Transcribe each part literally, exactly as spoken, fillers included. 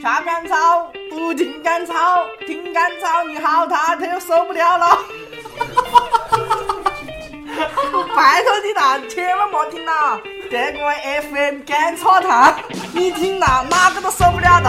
下赶草，不停赶草，停赶草，你好，他他又受不了了。拜托你了，千万莫听了，这个 F M 赶草他，你听了哪个都受不了的。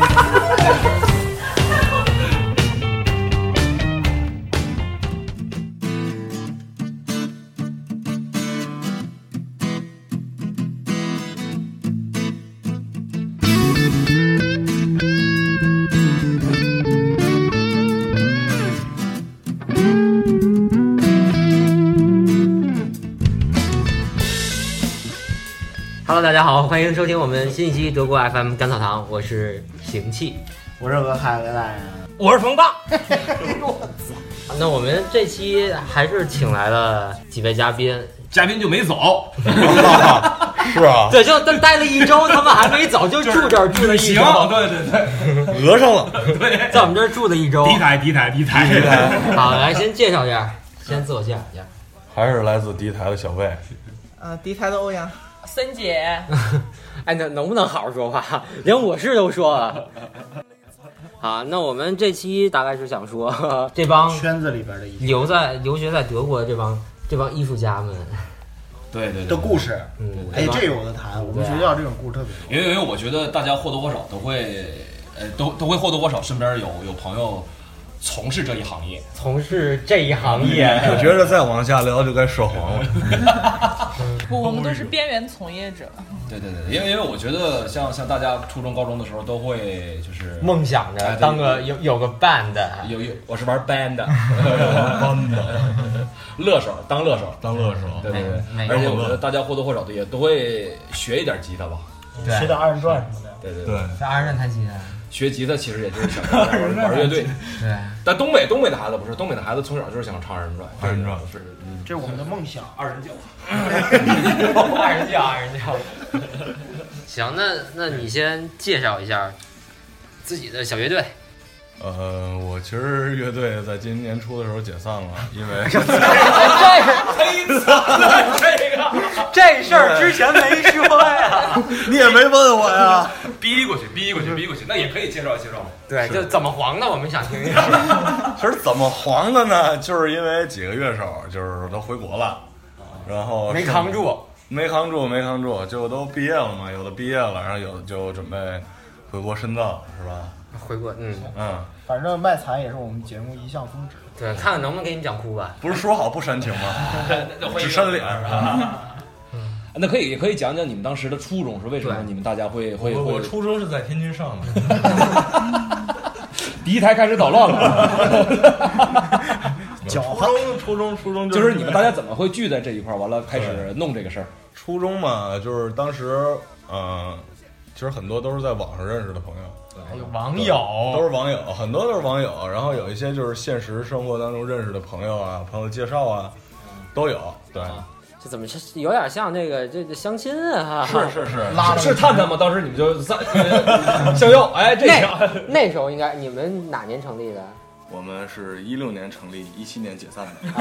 Hello， 大家好，欢迎收听我们新一期德国 F M 甘草堂，我是行气， 我是俄亥俄人， 我是冯大。 我操！ 那我们这期还是请来了几位嘉宾， 嘉宾就没走， 是啊， 对，就待了一周，他们还没走，就住这儿住了一周， 对对对， 讹上了， 对， 在我们这儿住了一周。 敌台，敌台，敌台，敌台。 好，来先介绍一下，先自我介绍一下， 还是来自敌台的小魏， 呃，敌台的欧阳。 森姐， 哎，能能不能好好说话？连我是都说了。好，那我们这期大概是想说这帮圈子里边的一留在留学在德国的这帮这帮艺术家们， 对对的故事。 嗯， 哎，这有的谈，我们学校这种故事特别多。 因为因为我觉得大家或多或少都会，呃，都都会或多或少身边有有朋友从事这一行业， 从事这一行业。 我觉得再往下聊就该涉黄了。 不，我们都是边缘从业者。 对对对，因为因为我觉得像像大家初中高中的时候都会就是梦想着当个有有个 band， 有有我是玩 band 的， 班的， 乐手当乐手当乐手， 对对对， 没而且我觉得大家或多或少的也都会学一点吉他吧， 学点二人转什么的。 对对对， 在二人转弹吉他。 学吉他其实也就是想玩玩乐队， 对。 但东北东北的孩子不是，东北的孩子从小就是想唱二人转， 二人转是，嗯， 这是我们的梦想。 二人教， 二人教，二人教。行，那那你先介绍一下自己的小乐队。 呃，我其实乐队在今年初的时候解散了，因为这忒惨了，这个这事儿之前没说呀。 你也没问我呀。 逼过去，逼过去，逼过去，那也可以介绍介绍吗？ 对，就怎么黄的，我们想听听。 其实怎么黄的呢？就是因为几个乐手就是都回国了，然后没扛住， 没扛住，没扛住，就都毕业了嘛，有的毕业了，然后有的就准备回国深造，是吧？ 回国，嗯嗯， 反正卖惨也是我们节目一项宗旨。 对，看看能不能给你讲哭吧。 不是说好不煽情吗？只煽脸是吧？ 那可以也可以讲讲你们当时的初衷是为什么你们大家会会我会我初中是在天津上的， 第一台开始捣乱了。 初中初中初中就是你们大家怎么会聚在这一块儿，完了开始弄这个事儿？ 初中嘛，就是当时呃，其实很多都是在网上认识的朋友， 还有网友， 都是网友，很多都是网友，然后有一些就是现实生活当中认识的朋友啊，朋友介绍啊，都有。对， 这怎么是有点像这个这个相亲啊？ 是是是， 拉是探探吗？当时你们就三向右，哎，这那那时候应该你们哪年成立的？ 我们是一六年成立，一七年解散的。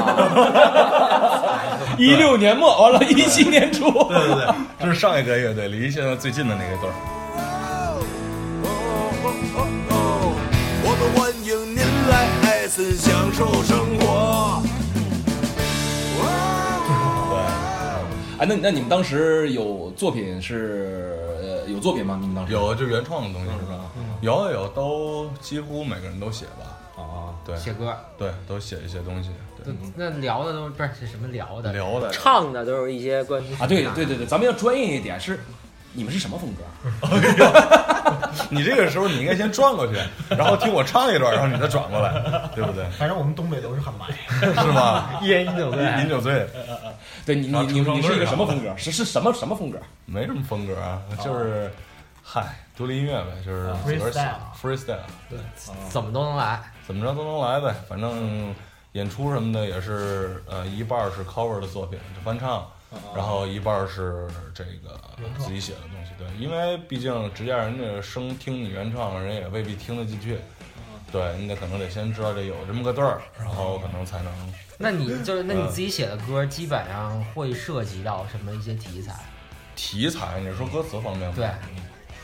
一六年末完了，一七年初。 对对对，这是上一个乐队，离现在最近的那个队儿。 我们欢迎您来艾森享受生活。 哎，那那你们当时有作品是呃有作品吗？你们当时有就原创的东西是吧？有有都几乎每个人都写吧。 啊， 对， 写歌， 对，都写一些东西。对， 那聊的都不是是什么聊的， 聊的唱的都是一些关于啊，对对对对，咱们要专业一点，是你们是什么风格？ 你这个时候你应该先转过去，然后听我唱一段，然后你再转过来，对不对？ 反正我们东北都是很埋， 是吧？ 一人饮酒醉， 饮酒醉。 对你你你你是一个什么风格？是是什么什么风格？ 没什么风格啊，就是嗨，独立音乐呗，就是自个儿写 freestyle， 对，怎么都能来， 怎么着都能来呗，反正演出什么的也是呃一半是 cover 的作品，就翻唱。然后一半是这个自己写的东西，对，因为毕竟直接人家生听你原创，人也未必听得进去，对，你得可能得先知道这有这么个对儿，然后可能才能。 那你就是那你自己写的歌，基本上会涉及到什么一些题材？ 题材，你是说歌词方面吗？ 对，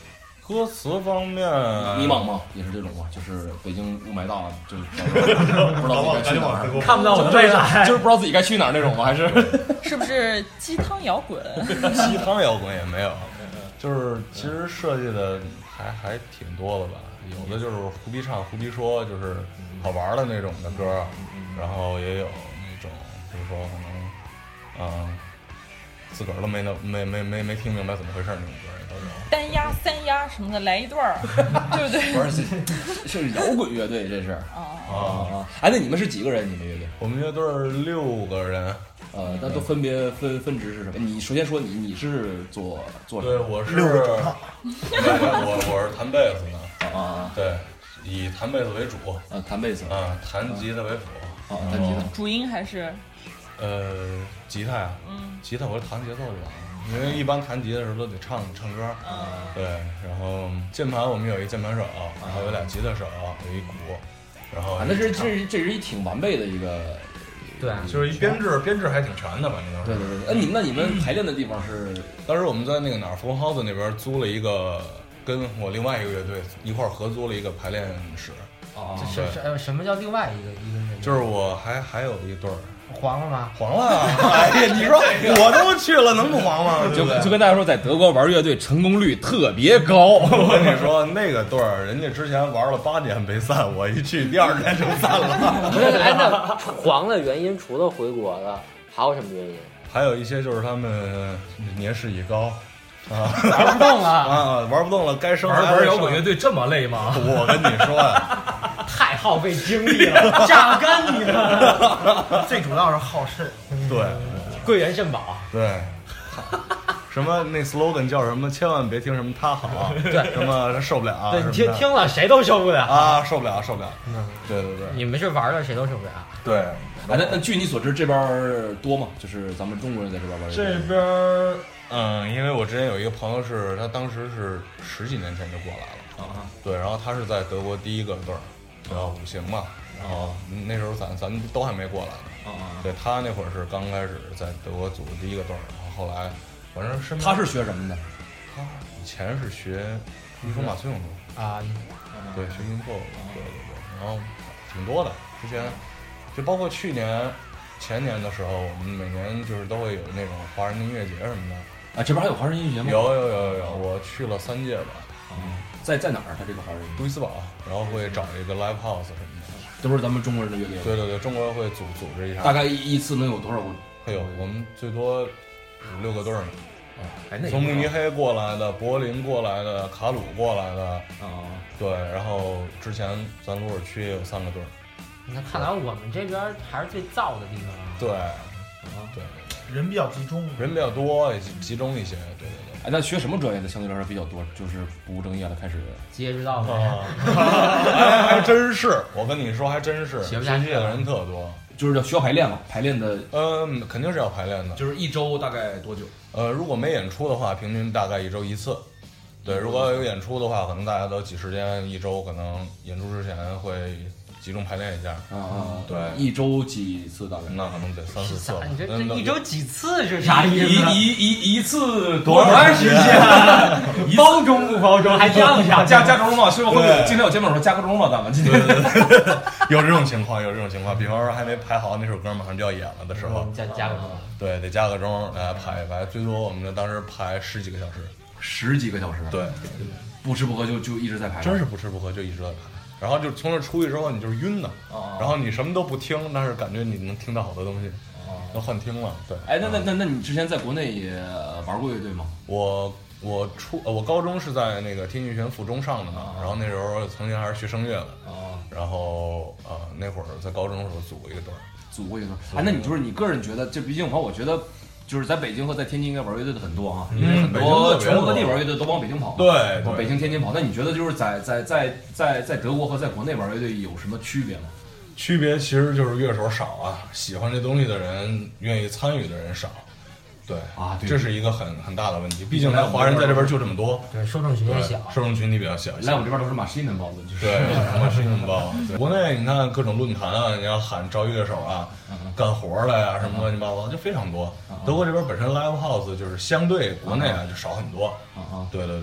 歌词方面迷茫吗？也是这种吗？就是北京雾霾大，就是不知道自己该去哪儿， 看不到我的未来， 就是不知道自己该去哪儿那种吗？还是是不是鸡汤摇滚？ 鸡汤摇滚也没有，就是其实设计的还还挺多的吧。有的就是胡逼唱胡逼说，就是好玩的那种的歌，然后也有那种比如说可能嗯、呃、自个儿都没能没没没没听明白怎么回事那种歌也都有。 单压三压什么的来一段儿，对不对？ 不是是摇滚乐队，这是啊啊啊！哎，那你们是几个人？你们乐队？ 我们乐队六个人。 呃，那都分别分分职是什么？你首先说你你是做做什么？ 对，我是我我是弹贝斯的啊， 对，以弹贝斯为主啊，弹贝斯啊，弹吉他为辅啊，弹吉他。 主音还是呃吉他呀，嗯，吉他我是弹节奏去了，因为一般弹吉他的时候都得唱唱歌，啊，对，然后键盘我们有一键盘手，然后有俩吉他手，有一鼓，然后啊，那是这是这是一挺完备的一个。 对， 就是一编制，编制还挺全的，反正对对对。那你们那你们排练的地方是？ 当时我们在那个哪儿福光 house 那边租了一个，跟我另外一个乐队一块儿合租了一个排练室。 哦，什什什么叫另外一个一个乐队？ 就是我还还有一对儿。 黄了吗？ 黄了啊！哎呀，你说我都去了，能不黄吗？ 就就跟大家说，在德国玩乐队成功率特别高。 我跟你说，那个队儿，人家之前玩了八年没散，我一去第二年就散了。 哎，那黄的原因除了回国了，还有什么原因？ 还有一些就是他们年事已高。啊， 玩不动了啊，玩不动了，该生玩玩摇滚乐队这么累吗？ 我跟你说呀， 太耗费精力了，榨干你了。 最主要是耗肾， 对， 贵人肾宝， 对，什么那 slogan 叫什么？千万别听什么他好，对，什么受不了， 对，听听了谁都受不了啊，受不了，受不了。嗯，对对对， 你们是玩了谁都受不了。 对， 哎，那那据你所知，这边多吗？就是咱们中国人在这边玩。 这边。嗯，因为我之前有一个朋友是，他当时是十几年前就过来了啊，对，然后他是在德国第一个队儿，叫五行嘛，然后那时候咱咱都还没过来呢啊，对他那会儿是刚开始在德国组的第一个队儿，然后后来反正是他是学什么的？ 他以前是学音风马赛的啊，对，学音奏，对对对，然后挺多的，之前就包括去年、前年的时候，我们每年就是都会有那种华人音乐节什么的。 啊，这边还有华人音乐节吗？ 有有有有有，我去了三届吧。 嗯，在在哪儿？他这个华人？ 杜伊斯堡，然后会找一个 live house 什么的， 都是咱们中国人的乐队。 对对对，中国会组组织一下。 大概一一次能有多少个？ 会有，我们最多五六个队儿呢。 啊，哎，那从慕尼黑过来的，柏林过来的，卡鲁过来的。 啊， 对，然后之前咱鲁尔区也有三个队儿。 那看来我们这边还是最燥的地方啊。 对，啊对。 人比较集中， 人比较多，也集中一些，对对对。 哎，那学什么专业的相对来说比较多？就是不务正业的开始接知道吗？ 哎，还真是，我跟你说，还真是， 学不下去的人特多， 就是要需要排练嘛，排练的， 嗯，肯定是要排练的， 就是一周大概多久？ 呃，如果没演出的话，平均大概一周一次。对，如果有演出的话，可能大家都挤时间，一周可能演出之前会集中排练一下啊啊， 对， 一周几次大概？ 那可能得三四次。 你这这一周几次是啥意思？ 一一一一次多长时间？ 包中不包中？还这样加加加钟吗？师傅，今天我节目说加个钟吧，咱们今天有这种情况，有这种情况。比方说还没排好那首歌，马上就要演了的时候， 加加个钟。 对，得加个钟来排一排，最多我们这当时排十几个小时， 十几个小时。 对， 不吃不喝就就一直在排， 真是不吃不喝就一直在排。然后就从这出去之后，你就是晕的，哦、然后你什么都不听，但是感觉你能听到好多东西，哦、都幻听了。对， 哎，那那那那你之前在国内也玩过乐队吗？ 我我初我高中是在那个天津学附中上的嘛，哦、然后那时候曾经还是学声乐的，哦、然后呃那会儿在高中的时候组过一个队， 组过一个队。哎，那你就是你个人觉得，这毕竟我我觉得。就是在北京和在天津应该玩乐队的很多啊，因为很多全国各地玩乐队都往北京跑， 对， 往北京、天津跑。那你觉得就是在在在在在德国和在国内玩乐队有什么区别吗？ 区别其实就是乐手少啊，喜欢这东西的人、愿意参与的人少。对啊，对， 这是一个很很大的问题。毕竟咱华人在这边就这么多， 对，受众群也小， 受众群体比较小。 来我这边都是马西嫩包子， 对，马西嫩包。国内你看各种论坛啊，你要喊招乐手啊，干活的呀，什么乱七八糟就非常多。德国这边本身 live house 就是相对国内啊就少很多。对对对，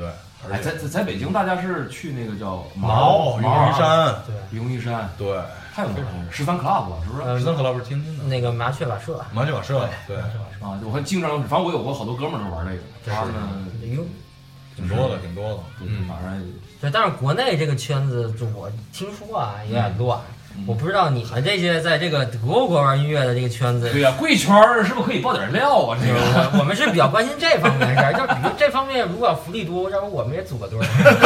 哎，在在在北京，大家是去那个叫毛毛云山， 对，云山， 对， 还有十三 club 是不是？ 十三 club 是天津的， 那个麻雀瓦舍， 麻雀瓦舍，对啊，我还经常，反正我有过好多哥们儿都玩这个，他们哟， 挺多的，挺多的， 嗯，反正对，但是国内这个圈子，就我听说啊，有点乱。我不知道你们这些在这个德国玩音乐的这个圈子， 对呀、啊，贵圈儿是不是可以爆点料啊？这个我我们是比较关心这方面的事儿，就比如这方面如果要福利多，要不我们也组个队儿，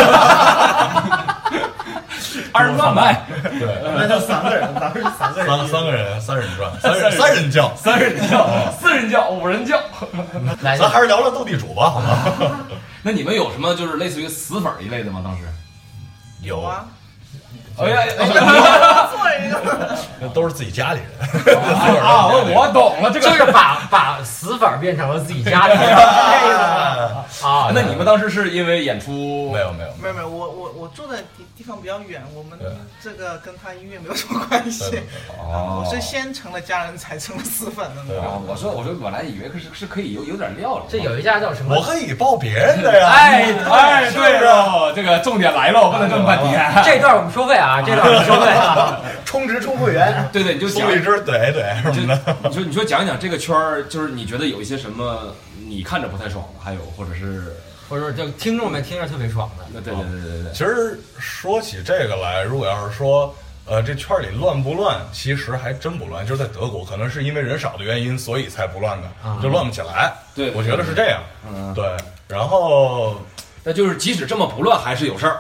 二人转卖， 对， 那就三个人，咱们是三个人， 三三个人，三人转，三人三人教， 三人教，四人教，五人教， 来，咱还是聊聊斗地主吧，好吗？ 那你们有什么就是类似于死粉一类的吗？当时有啊。 哎呀， 做一个， 那都是自己家里人啊！我懂了，这个就是把把死粉变成了自己家里人啊。那你们当时是因为演出？ 没有没有没有没有，我我我住的地地方比较远，我们这个跟他音乐没有什么关系。 哦， 我是先成了家人，才成了死粉的。 啊，我说我说本来以为是是可以有有点料了。 这有一家叫什么？ 我可以报别人的呀。 哎哎，对了，这个重点来了，我不能这么半天。 这段我们收费啊。啊，这段我收费啊， 充值充会员， 对对，你就送荔枝，对对什么的。 你说你说讲一讲这个圈儿，就是你觉得有一些什么你看着不太爽的，还有或者是或者就听众们听着特别爽的。 对对对对对。 其实说起这个来，如果要是说呃这圈里乱不乱，其实还真不乱。就是在德国，可能是因为人少的原因，所以才不乱的，就乱不起来。 对， 我觉得是这样。 嗯， 对。然后， 那就是即使这么不乱，还是有事儿。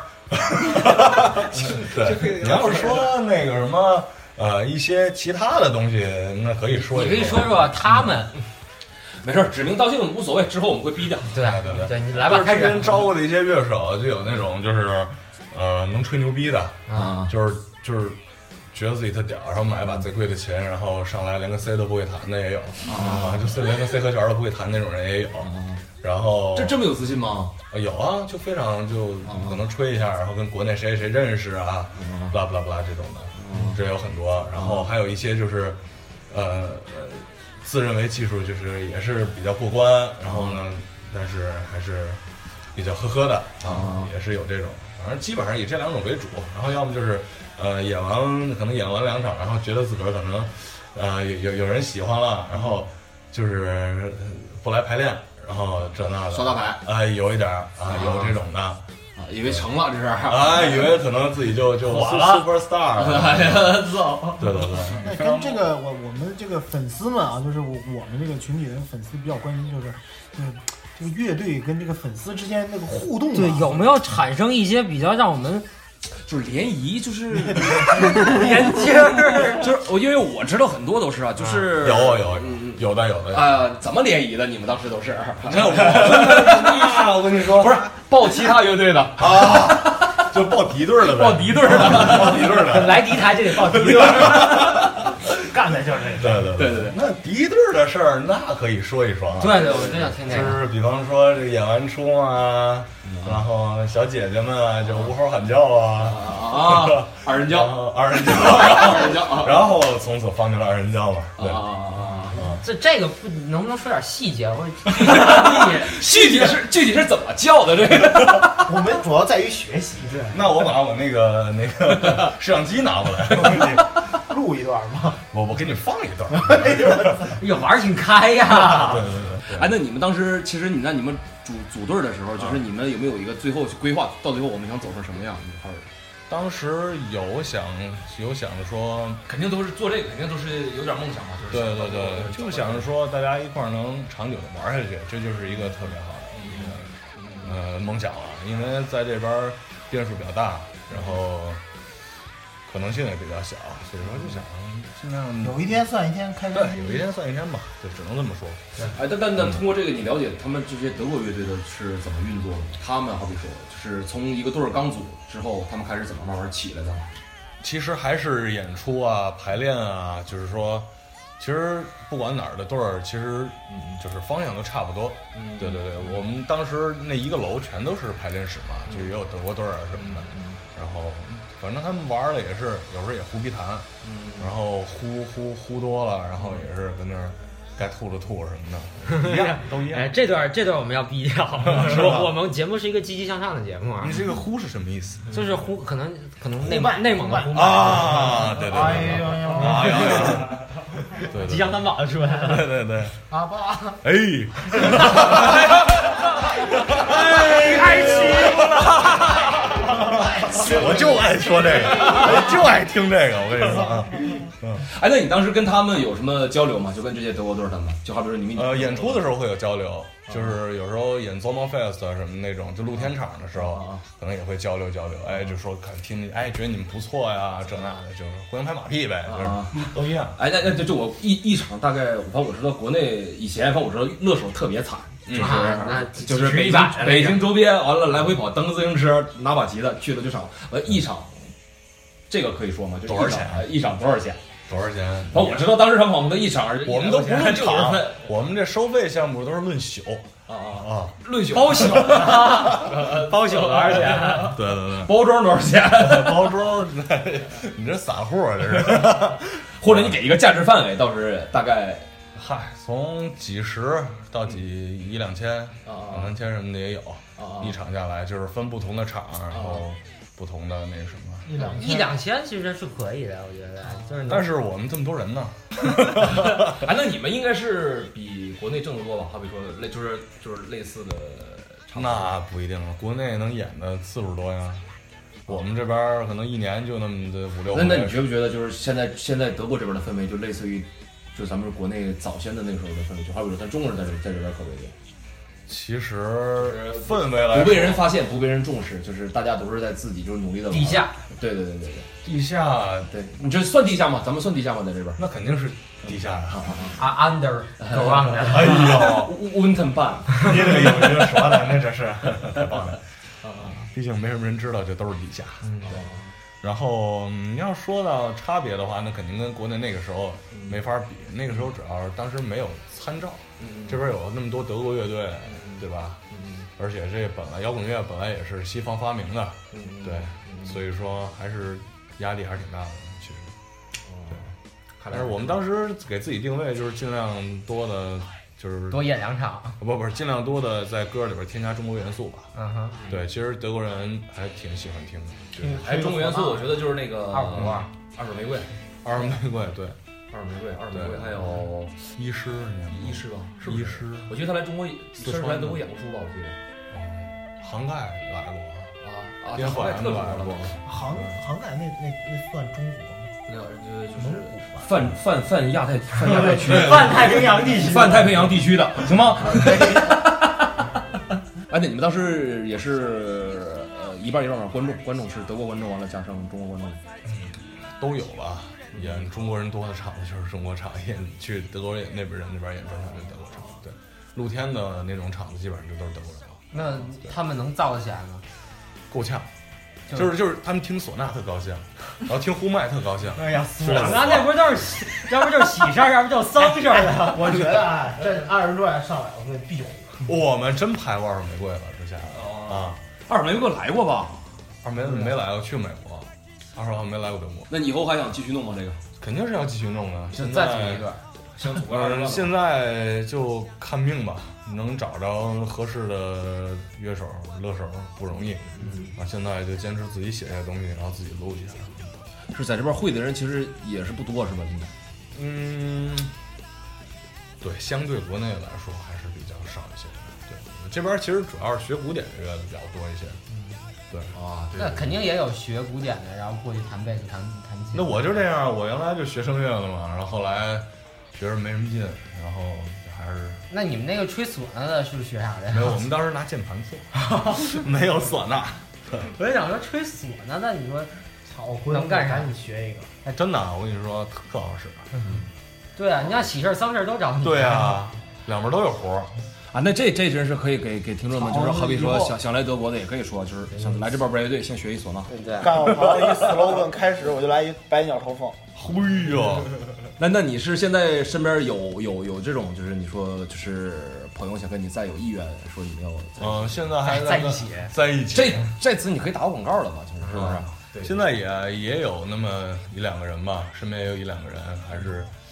对，你要是说那个什么呃一些其他的东西，那可以说一说。 你可以说说他们， 没事，指名道姓无所谓，之后我们会逼掉。 对对对对，你来吧，开始。 之前招过的一些乐手，就有那种就是呃能吹牛逼的啊， 就是就是觉得自己特屌，然后买一把贼贵的琴，然后上来连个 C 都不会弹的也有啊，就连个 C 和弦都不会弹那种人也有。然后这这么有自信吗？ 有啊，就非常就可能吹一下，然后跟国内谁谁认识啊，不拉不拉不拉这种的，这有很多。然后还有一些就是，呃，自认为技术就是也是比较过关，然后呢，但是还是比较呵呵的啊，也是有这种。反正基本上以这两种为主，然后要么就是呃演完可能演完两场，然后觉得自个儿可能呃有有有人喜欢了，然后就是不来排练。然后这那的刷大牌， 哎、呃，有一点啊，有这种的，啊， 以为成了这是， 啊，以为可能自己就就火了 ，super star， 哎呀，操！ 对对对。 那跟这个我我们这个粉丝们啊，就是我我们这个群体的粉丝比较关心，就是就是这个乐队跟这个粉丝之间那个互动、啊， 对，有没有产生一些比较让我们。 就是联谊，就是连劲儿， 就是我因为我知道很多都是啊，就是有有有的有的啊，怎么联谊的？你们当时都是？ 那我我跟你说， 不是报其他乐队的啊，就报敌对的呗， 报敌对的， 报敌对的， 来敌台就得报敌对， 干的就是这个。对对对对对，那敌对的事儿那可以说一说啊。 对对，我真想听听。 就是比方说这演完出啊。然后小姐姐们啊，就呜吼喊叫啊啊，二人叫， 二人叫，二人叫，然后从此放弃了二人叫嘛。对啊啊啊！这这个不能不能说点细节？我具体是具体是怎么叫的？这个我们主要在于学习。对， 那我把我那个那个摄像机拿过来，我给你录一段吗？ 我我给你放一段。 哎呀，玩挺开呀！ 对对对。 哎，那你们当时其实你在你们组组队的时候，就是你们有没有一个最后规划？到最后我们想走成什么样？一块儿。 当时有想有想着说， 肯定都是做这个，肯定都是有点梦想嘛。就是对对对，就是想着说大家一块儿能长久的玩下去，这就是一个特别好的一个呃梦想了。因为在这边变数比较大，然后可能性也比较小，所以说就想尽量有一天算一天，开对，有一天算一天吧，就只能这么说。 哎，但但但通过这个，你了解他们这些德国乐队的是怎么运作的？他们好比说，就是从一个队儿刚组之后，他们开始怎么慢慢起来的？ 其实还是演出啊、排练啊，就是说，其实不管哪儿的队儿，其实嗯，就是方向都差不多。嗯，对对对，我们当时那一个楼全都是排练室嘛，就也有德国队儿啊什么的，然后。反正他们玩的也是，有时候也胡逼弹，嗯，然后呼呼呼多了，然后也是跟那儿该吐的吐什么的，一样都一样。 哎，这段这段我们要逼掉。我我们节目是一个积极向上的节目啊。 你这个呼是什么意思？ 就是呼，可能可能内蒙内蒙的呼啊，对对对， 哎呦呦， 哎呀，对， 吉祥三宝出来了。 对对对， 阿爸， 哎， 太欺负了。 我就爱说这个，我就爱听这个，我跟你说啊。嗯， 哎，那你当时跟他们有什么交流吗？就跟这些德国队他们，就好比说你们呃演出的时候会有交流，就是有时候演 Zomerfest 啊什么那种，就露天场的时候，可能也会交流交流。哎，就说看听，哎，觉得你们不错呀，这那的，就是互相拍马屁呗，就是都一样。 哎，那那就就我一一场大概，反正我知道国内以前，反正我知道乐手特别惨。就是那就是北京北京周边完了来回跑，蹬个自行车，拿把吉他去了就场，完一场，这个可以说吗？就是多少钱？ 一场多少钱？ 多少钱？ 反正我知道当时他们我们的一场， 我们都不论场，我们这收费项目都是论宿啊啊啊， 论宿包宿，包宿多少钱？ 对对对， 包装多少钱？ 包装，你这散户啊，这是， 或者你给一个价值范围，倒是大概。 嗨，从几十到几一两千、两三千什么的也有，一场下来就是分不同的场，然后不同的那什么， 一两一两千其实是可以的，我觉得就是。 但是我们这么多人呢， 哎，那你们应该是比国内挣得多吧？好比说类就是就是类似的场， 那不一定，国内能演的次数多呀。我们这边可能一年就那么的五六回。 那那你觉不觉得就是现在现在德国这边的氛围就类似于？就咱们国内早先的那个时候的氛围，就好比说咱中国人在这在这边可为点。 其实氛围来不被人发现，不被人重视，就是大家都是在自己就是努力的地下。 对对对对对， 地下， 对你这算地下吗？咱们算地下吗？在这边？ 那肯定是地下呀。 啊 ，under ground。 哎呦 w i n t e n 半， 你这个有句说的，那这是太棒了。毕竟没什么人知道，这都是地下。 嗯，对。 然后你要说到差别的话，那肯定跟国内那个时候没法比。那个时候主要是当时没有参照，这边有那么多德国乐队，对吧？而且这本来摇滚乐本来也是西方发明的，对，所以说还是压力还是挺大的。其实，对。但是我们当时给自己定位就是尽量多的。就是多演两场， 不不是尽量多的在歌里边添加中国元素吧。 嗯哼， 对，其实德国人还挺喜欢听的。 对，哎，中国元素我觉得就是那个二胡啊， 二手玫瑰， 二手玫瑰，对， 二手玫瑰，二手玫瑰，还有医师， 医师吧，是医师。 我记得他来中国，四川来德国演过出吧，我记得。 嗯，杭盖来过啊啊， 边环来过。 杭杭盖那那那算中国吗？ 那就是泛泛泛亚太泛亚太区泛太平洋地区泛太平洋地区的行吗？哎，那你们当时也是呃一半一半嘛？观众观众是德国观众，完了加上中国观众， 都有吧。演中国人多的场子就是中国场，演去德国那边人那边演专场就是德国场。对，露天的那种场子基本上就都是德国人了。 那他们能造得起来吗？ 够呛。就是就是他们听唢呐特高兴，然后听呼麦特高兴。 哎呀，唢呐那不就是喜，要不就是喜事儿，要不就是丧事儿的。 我觉得啊，这二人转上来，我给必有。 我们真拍过二手玫瑰了，之前啊， 二手玫瑰来过吧？ 二手玫瑰没来过，去美国。二手没来过德国。 那你以后还想继续弄吗？这个肯定是要继续弄的。 就再组一个， 想组个。现在就看命吧。能找着合适的乐手、乐手不容易，嗯，啊，现在就坚持自己写下东西，然后自己录一下。 是在这边会的人其实也是不多，是吧？现在， 嗯，对，相对国内来说还是比较少一些。对，这边其实主要是学古典乐的比较多一些。嗯，对啊， 那肯定也有学古典的，然后过去弹贝斯、弹弹琴。 那我就这样，我原来就学声乐的嘛，然后后来学着没什么劲，然后。还是那你们那个吹唢呐的是学啥的？ 没有，我们当时拿键盘做，没有唢呐。 我就想说吹唢呐，那你说操，能干啥？你学一个？ 哎，真的，我跟你说特好使。 嗯，对啊，你像喜事丧事都找你。 对啊，两边都有活啊。那这这真是可以给给听众们，就是好比说想想来德国的也可以说，就是想来这边玩乐队，先学一唢呐。 对， 干我旁一 slogan 开始我就来一百鸟朝凤。 嘿呦， 那那你是现在身边有有有这种，就是你说就是朋友想跟你再有意愿说你们要嗯、呃，现在还在一起， 在一起。 这这次你可以打个广告了吧？其实是不是？ 对，现在也也有那么一两个人吧，身边也有一两个人，还是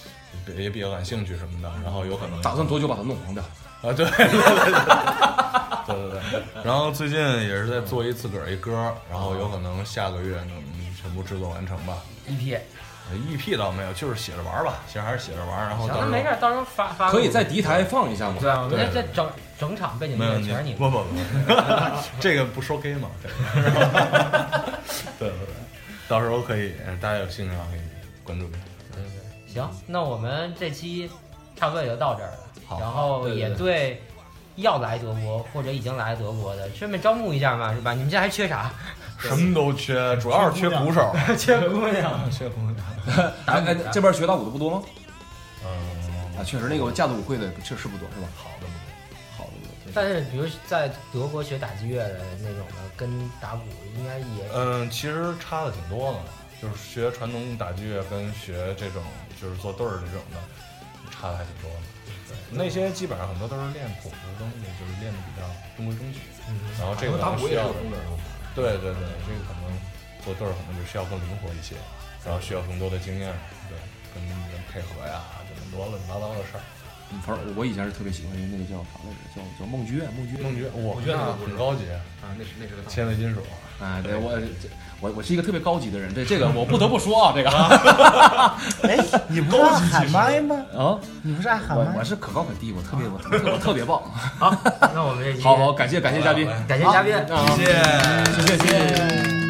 也比较感兴趣什么的，然后有可能打算多久把它弄黄掉？ 啊，对对对对对对对。然后最近也是在做一自个儿一歌，然后有可能下个月能全部制作完成吧。 E P。E P 倒没有，就是写着玩吧，其实还是写着玩。然后行，那没事，到时候发发。 可以在敌台放一下吗？ 对啊，我们这整整场背景音乐全是你。 不不不，这个不收 K 嘛？对对对，到时候可以，大家有兴趣的话可以关注一下。 对对，行，那我们这期差不多也就到这儿了。 好， 然后也对要来德国或者已经来德国的，顺便招募一下嘛，是吧？你们这还缺啥？ 什么都缺，主要是缺鼓手， 缺姑娘， 缺姑娘。 哎，这边学打鼓的不多吗？ 嗯， 啊，确实，那个架子舞会的确实不多，是吧？ 好的不多，好的不多。 但是，比如在德国学打击乐的那种的，跟打鼓应该也…… 嗯，其实差的挺多的。就是学传统打击乐跟学这种就是做对儿这种的，差的还挺多的。对，那些基本上很多都是练谱的东西，就是练的比较中规中矩。嗯，然后这个打鼓也是的。对对对，这个可能做对儿可能就需要更灵活一些，然后需要更多的经验，对，跟人配合呀，就很多乱七八糟的事儿。 嗯，反正我以前是特别喜欢那个叫啥来着，叫叫梦剧院，梦剧梦剧院，我觉得很高级啊，那是那是个纤维金属。 哎，对我我我是一个特别高级的人，这这个我不得不说啊，这个。 哎，你不是爱喊麦吗？ 啊， 你不是爱喊麦？ 我是可高可低，我特别我特我特别棒。 好，那我们这期好好感谢感谢嘉宾， 感谢嘉宾， 谢谢谢谢谢谢。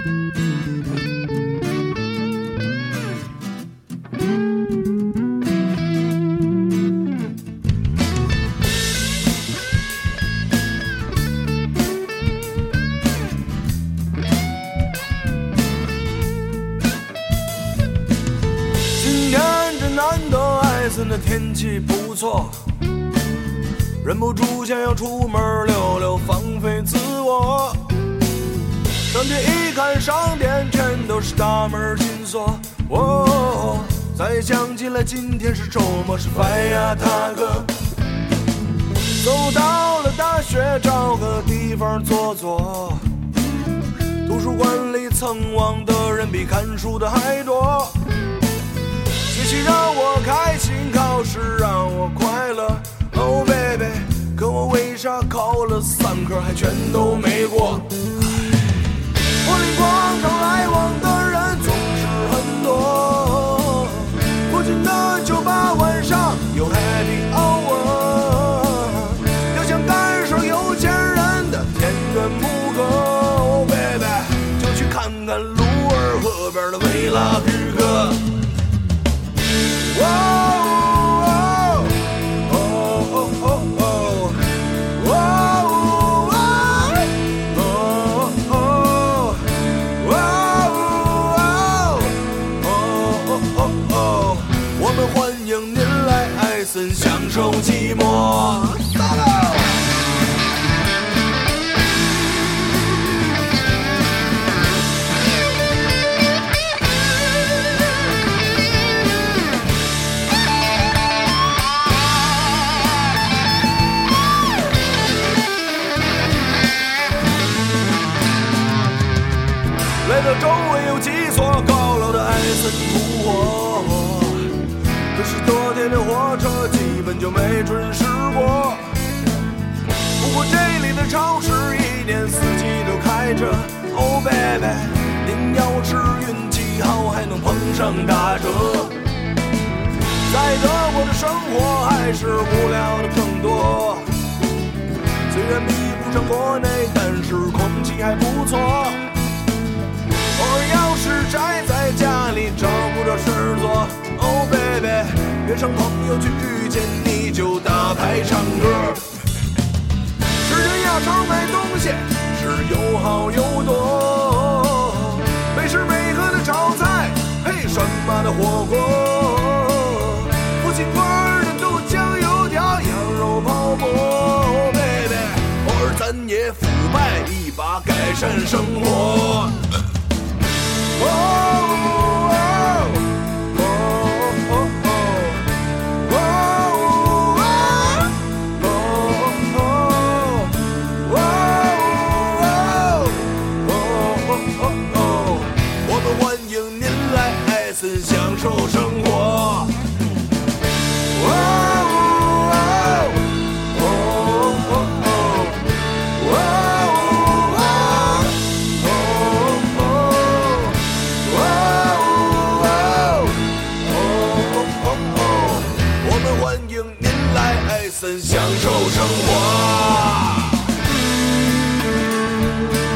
的天气不错，忍不住想要出门溜溜，放飞自我。上街一看，商店全都是大门紧锁。哦，再想起来今天是周末，是拜呀大哥。走到了大学，找个地方坐坐。图书馆里蹭网的人比看书的还多。学习让我开心，考试让我快乐。Oh baby， 可我为啥考了三科还全都没过？柏林广场来往的人总是很多，附近的酒吧晚上有 happy hour。要想感受有钱人的田园牧歌 ，Oh baby， 就去看看鲁尔河边的维拉皮克。哦哦哦哦哦哦哦哦，我们欢迎您来艾森享受寂寞。来到周围有几座高楼的艾森吐火，可是昨天的火车基本就没准时过。不过这里的超市一年四季都开着 ，Oh baby， 您要是运气好还能碰上打折。在德国的生活还是无聊的更多，虽然比不上国内，但是空气还不错。偶尔要是宅在家里找不着事做 ，Oh baby， 约上朋友去遇见你就打牌唱歌。吃着亚超买东西是又好又多，美式美和的炒菜配涮麻的火锅，父亲馆的豆浆油条羊肉泡馍 ，Oh baby， 偶尔咱也腐败一把改善生活。哦哦哦哦哦哦，我们欢迎您来艾森享受生活。 戴森享受生活。